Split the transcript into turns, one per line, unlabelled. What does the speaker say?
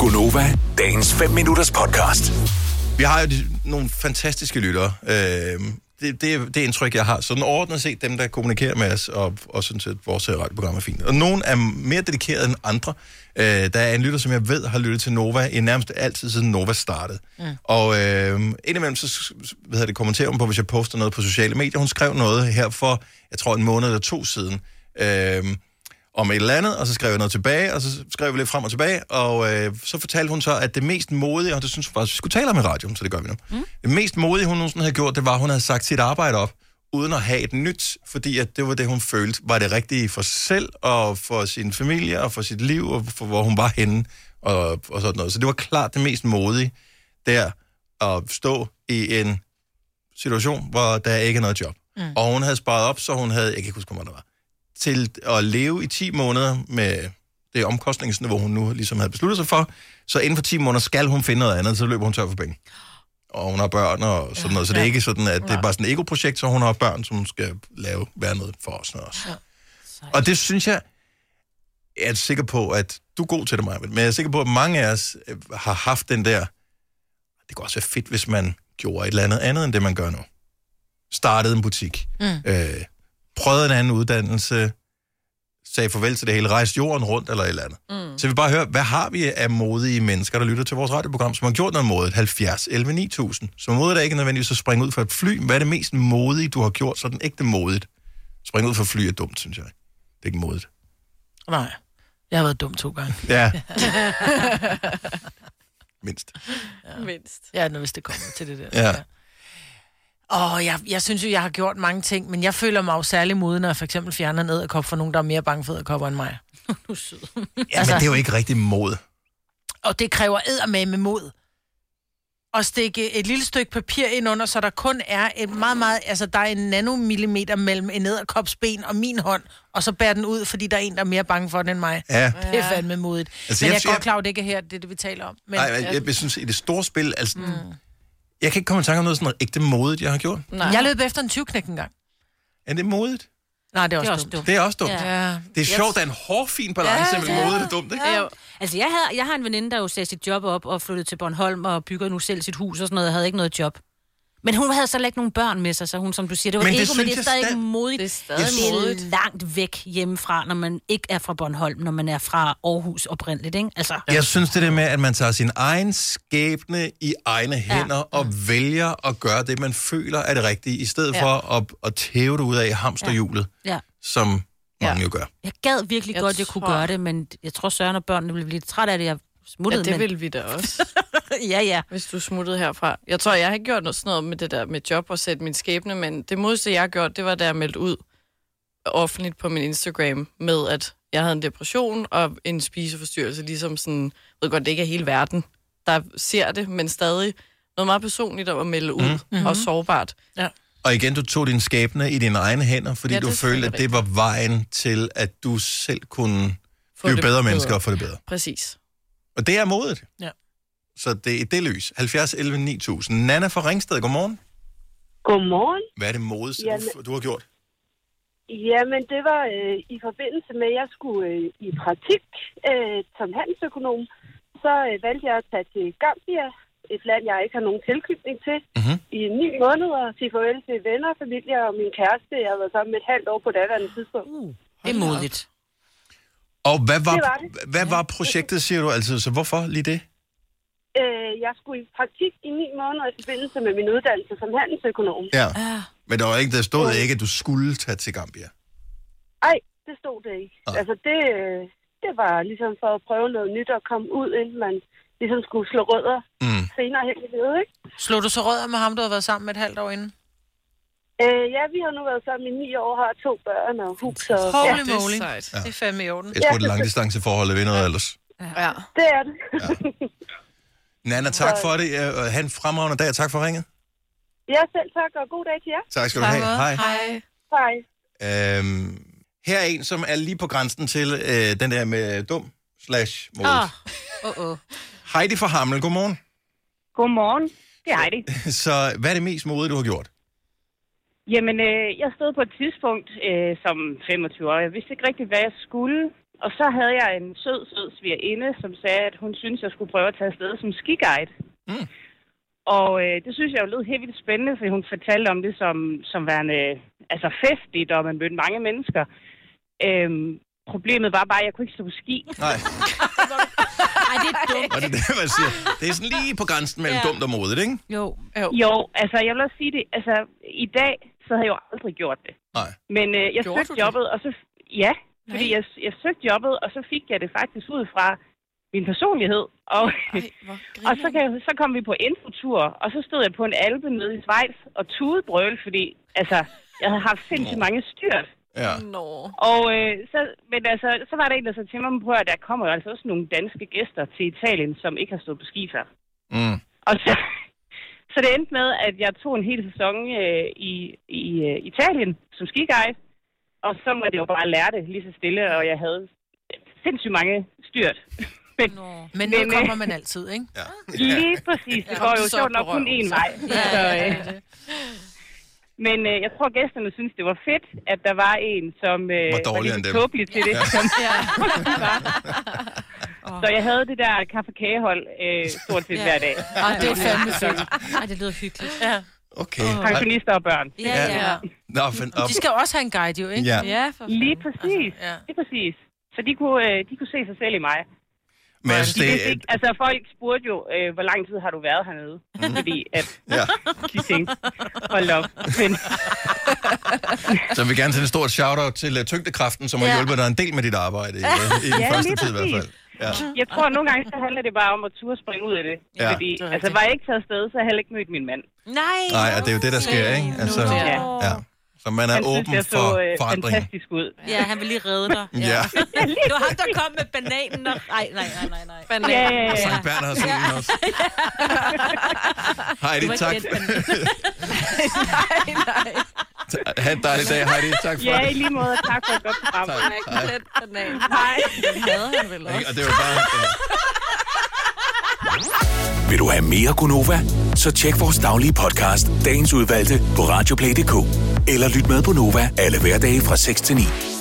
Gonova, dagens 5 minutters podcast.
Vi har jo nogle fantastiske lyttere. Det indtryk, jeg har. Sådan ordnet set dem, der kommunikerer med os, og synes, at vores radioprogram er fint. Og nogen er mere dedikeret end andre. Der er en lytter, som jeg ved har lyttet til Nova i nærmest altid siden Nova startede. Og indimellem så kommenterer hun på, hvis jeg poster noget på sociale medier. Hun skrev noget her for, jeg tror, en måned eller 2 siden, om et eller andet, og så skrev jeg noget tilbage, og så skrev vi lidt frem og tilbage, og så fortalte hun så, at det mest modige, og det synes hun faktisk, vi skulle tale om i radioen, så det gør vi nu. Det mest modige, hun nogensinde havde gjort, det var, at hun havde sagt sit arbejde op, uden at have et nyt, fordi at det var det, hun følte, var det rigtige for sig selv, og for sin familie, og for sit liv, og for hvor hun var henne, og sådan noget. Så det var klart det mest modige, der at stå i en situation, hvor der ikke er noget job. Og hun havde sparet op, så hun havde, jeg kan ikke huske, hvor det var, til at leve i 10 måneder med det omkostningsniveau, hun nu ligesom havde besluttet sig for. Så inden for 10 måneder skal hun finde noget andet, så løber hun tør for penge. Og hun har børn og sådan noget, så det er ikke sådan, at det er bare sådan et ego-projekt, så hun har børn, som skal være noget for os også. Og det synes jeg er sikker på, at du er god til det, Maja, men jeg er sikker på, at mange af os har haft den der, det kunne også være fedt, hvis man gjorde et eller andet end det, man gør nu. Startede en butik. Prøvede en anden uddannelse, sagde farvel til det hele, rejste jorden rundt eller et eller andet. Så jeg vil bare høre, hvad har vi af modige mennesker, der lytter til vores radioprogram, som har gjort noget modigt? 70 11 9000. Så modigt er ikke nødvendigvis at springe ud fra et fly. Hvad er det mest modige, du har gjort, så den ægte modigt? Springe ud fra et fly er dumt, synes jeg. Det er ikke modigt.
Nej, jeg har været dum 2 gange.
Ja. Mindst.
Ja. Mindst.
Ja, hvis det kommer til det der.
Ja.
Jeg synes jo, jeg har gjort mange ting, men jeg føler mig jo særlig modig, når jeg for eksempel fjerner en edderkop for nogen, der er mere bange for edderkopper end mig.
Du er sød.
Ja, men det er jo ikke rigtig mod.
Og det kræver eddermame med mod. At stikke et lille stykke papir ind under, så der kun er et meget, altså der er en nanomillimeter mellem en edderkops ben og min hånd, og så bærer den ud, fordi der er en, der er mere bange for den end mig.
Ja.
Det er fandme modigt.
Altså,
men jeg er godt klar, at det ikke er her, det vi taler om. Men,
nej, jeg synes, i det store spil, altså... Jeg kan ikke komme i tanke om noget sådan ægte modigt, jeg har gjort.
Nej. Jeg løb efter en 20-knæk engang.
Er det modigt?
Nej, det er også dumt.
Det er også dumt.
Ja.
Det er sjovt, der er en hårfin balance mellem modigt og dumt, ikke?
Ja. Altså, jeg har en veninde, der jo sagde sit job op og flyttede til Bornholm og bygger nu selv sit hus og sådan noget. Jeg havde ikke noget job. Men hun havde så ikke nogen børn med sig, så hun, som du siger, det var men ego, men det er stadig modigt. Det er langt væk hjemmefra, når man ikke er fra Bornholm, når man er fra Aarhus oprindeligt, ikke? Altså.
Jeg synes det der med, at man tager sin egen skæbne i egne hænder og vælger at gøre det, man føler er det rigtige, i stedet for at tæve det ud af hamsterhjulet, som mange jo gør.
Jeg gad virkelig godt, jeg kunne gøre det, men jeg tror Søren og børnene ville blive træt af det. Jeg smuttede,
det ville vi da også.
ja.
Hvis du smuttede herfra. Jeg tror, jeg har gjort noget sådan noget med det der med job og sætte min skæbne, men det modste, jeg har gjort, det var, da jeg meldte ud offentligt på min Instagram med, at jeg havde en depression og en spiseforstyrrelse, ligesom sådan, jeg ved godt, det ikke er hele verden, der ser det, men stadig noget meget personligt at melde ud og sårbart.
Ja.
Og igen, du tog din skæbne i dine egne hænder, fordi du følte, at det var vejen til, at du selv kunne blive bedre mennesker og få det bedre.
Præcis.
Og det er modigt.
Ja.
Så det er det lys. 70 11 9000. Nanna fra Ringsted, godmorgen.
Godmorgen.
Hvad er det modigste, du har gjort?
Jamen, det var i forbindelse med, at jeg skulle i praktik som handelsøkonom. Så valgte jeg at tage til Gambia, et land, jeg ikke har nogen tilknytning til, i 9 måneder, og sige farvel til venner, familie og min kæreste. Jeg var sammen med et halvt år på daværende tidspunkt.
Det er modigt.
Og hvad var projektet, siger du? Altså, så hvorfor lige det?
Jeg skulle i praktik i 9 måneder i forbindelse med min uddannelse som handelsøkonom.
Ja. Men der stod ikke, at du skulle tage til Gambia?
Nej, det stod det ikke. Altså, det var ligesom for at prøve noget nyt og komme ud, inden man ligesom skulle slå rødder senere hen i livet, ikke?
Slog du så rødder med ham, du har været sammen med et halvt år inden?
Ja, vi har nu været sammen i 9 år, har 2 børn og hus. Og,
Holy moly. Det er fandme i orden.
Jeg tror, det langdistanceforholdet vinder ellers.
Ja, det er det.
Nanna, tak for det. Ha' en fremragende dag, og tak for ringet.
Ja, selv tak, og god dag til jer.
Tak skal du have. Hej.
Hej.
Her er en, som er lige på grænsen til den der med dum/modigt. Heidi fra Hammel, godmorgen.
Godmorgen, det er Heidi.
Så hvad er det mest modige, du har gjort?
Jamen, jeg stod på et tidspunkt som 25 år. Jeg vidste ikke rigtigt, hvad jeg skulle. Og så havde jeg en sød svigerinde, som sagde, at hun synes jeg skulle prøve at tage afsted som skiguide. Mm. Og det synes jeg jo lød helt vildt spændende, for hun fortalte om det som værende festligt, og man mødte mange mennesker. Problemet var bare, at jeg kunne ikke stå på ski.
Nej.
Ej, det er dumt.
Og det er det, man siger. Det er sådan lige på grænsen mellem dumt og modigt, ikke?
Jo, altså jeg vil også sige det. Altså i dag, så havde jeg jo aldrig gjort det.
Nej.
Men jeg søgte jobbet, og så... Ja, fordi jeg søgte jobbet, og så fik jeg det faktisk ud fra min personlighed. Og så kom vi på infotur, og så stod jeg på en alpe nede i Schweiz og tudebrøl, fordi jeg havde haft sindssygt mange styrt.
Ja.
Og så var der en, der sagde til mig, at der kommer jo altså også nogle danske gæster til Italien, som ikke har stået på ski før. Mm. Og så det endte med, at jeg tog en hel sæson i Italien som skiguide, og så måtte jeg jo bare lære det lige så stille, og jeg havde sindssygt mange styrt.
Men nu kommer man altid, ikke?
Ja. Lige præcis. Det går jo sjovt nok kun én vej. Men jeg tror, gæsterne synes det var fedt, at der var en, som var lidt tåbeligt til det. Ja. Så jeg havde det der kaffe-kagehold stort set hver dag.
Det er fandme fedt. Det lyder hyggeligt. Ja.
Okay.
Pensionister og børn.
Ja.
De skal jo også have en guide, jo, ikke?
Ja,
lige præcis. Lige præcis. Så de kunne se sig selv i mig.
Men
folk spurgte jo, hvor lang tid har du været hernede? Fordi at de tænkte, hold op.
Så jeg vil gerne sende et stort shout-out til tyngdekraften, som har hjulpet dig en del med dit arbejde i den første tid i hvert fald. Ja.
Jeg tror, at nogle gange så handler det bare om at turde springe ud af det. Ja. Fordi var jeg ikke taget afsted, så har jeg heller ikke mødt min mand.
Nej, og det er jo det, der sker, ikke? Altså, ja. Så man er
han
åben
synes,
for
forandring. Fantastisk ud.
Ja, han vil lige redde dig.
Ja.
Det var ham, der kom med bananen og... Nej.
Bananen. Ja.
Sankt Bernhard solen også. Heidi, tak.
Nej.
Ha' en dejlig dag, Heidi. Tak for det.
Ja, i lige måde. Tak for et godt program. Hej.
Den havde han vel også.
Og det var bare...
Vil du have mere Gunova? Så tjek vores daglige podcast, dagens udvalgte, på radioplay.dk. Eller lyt med på Nova alle hverdage fra 6 til 9.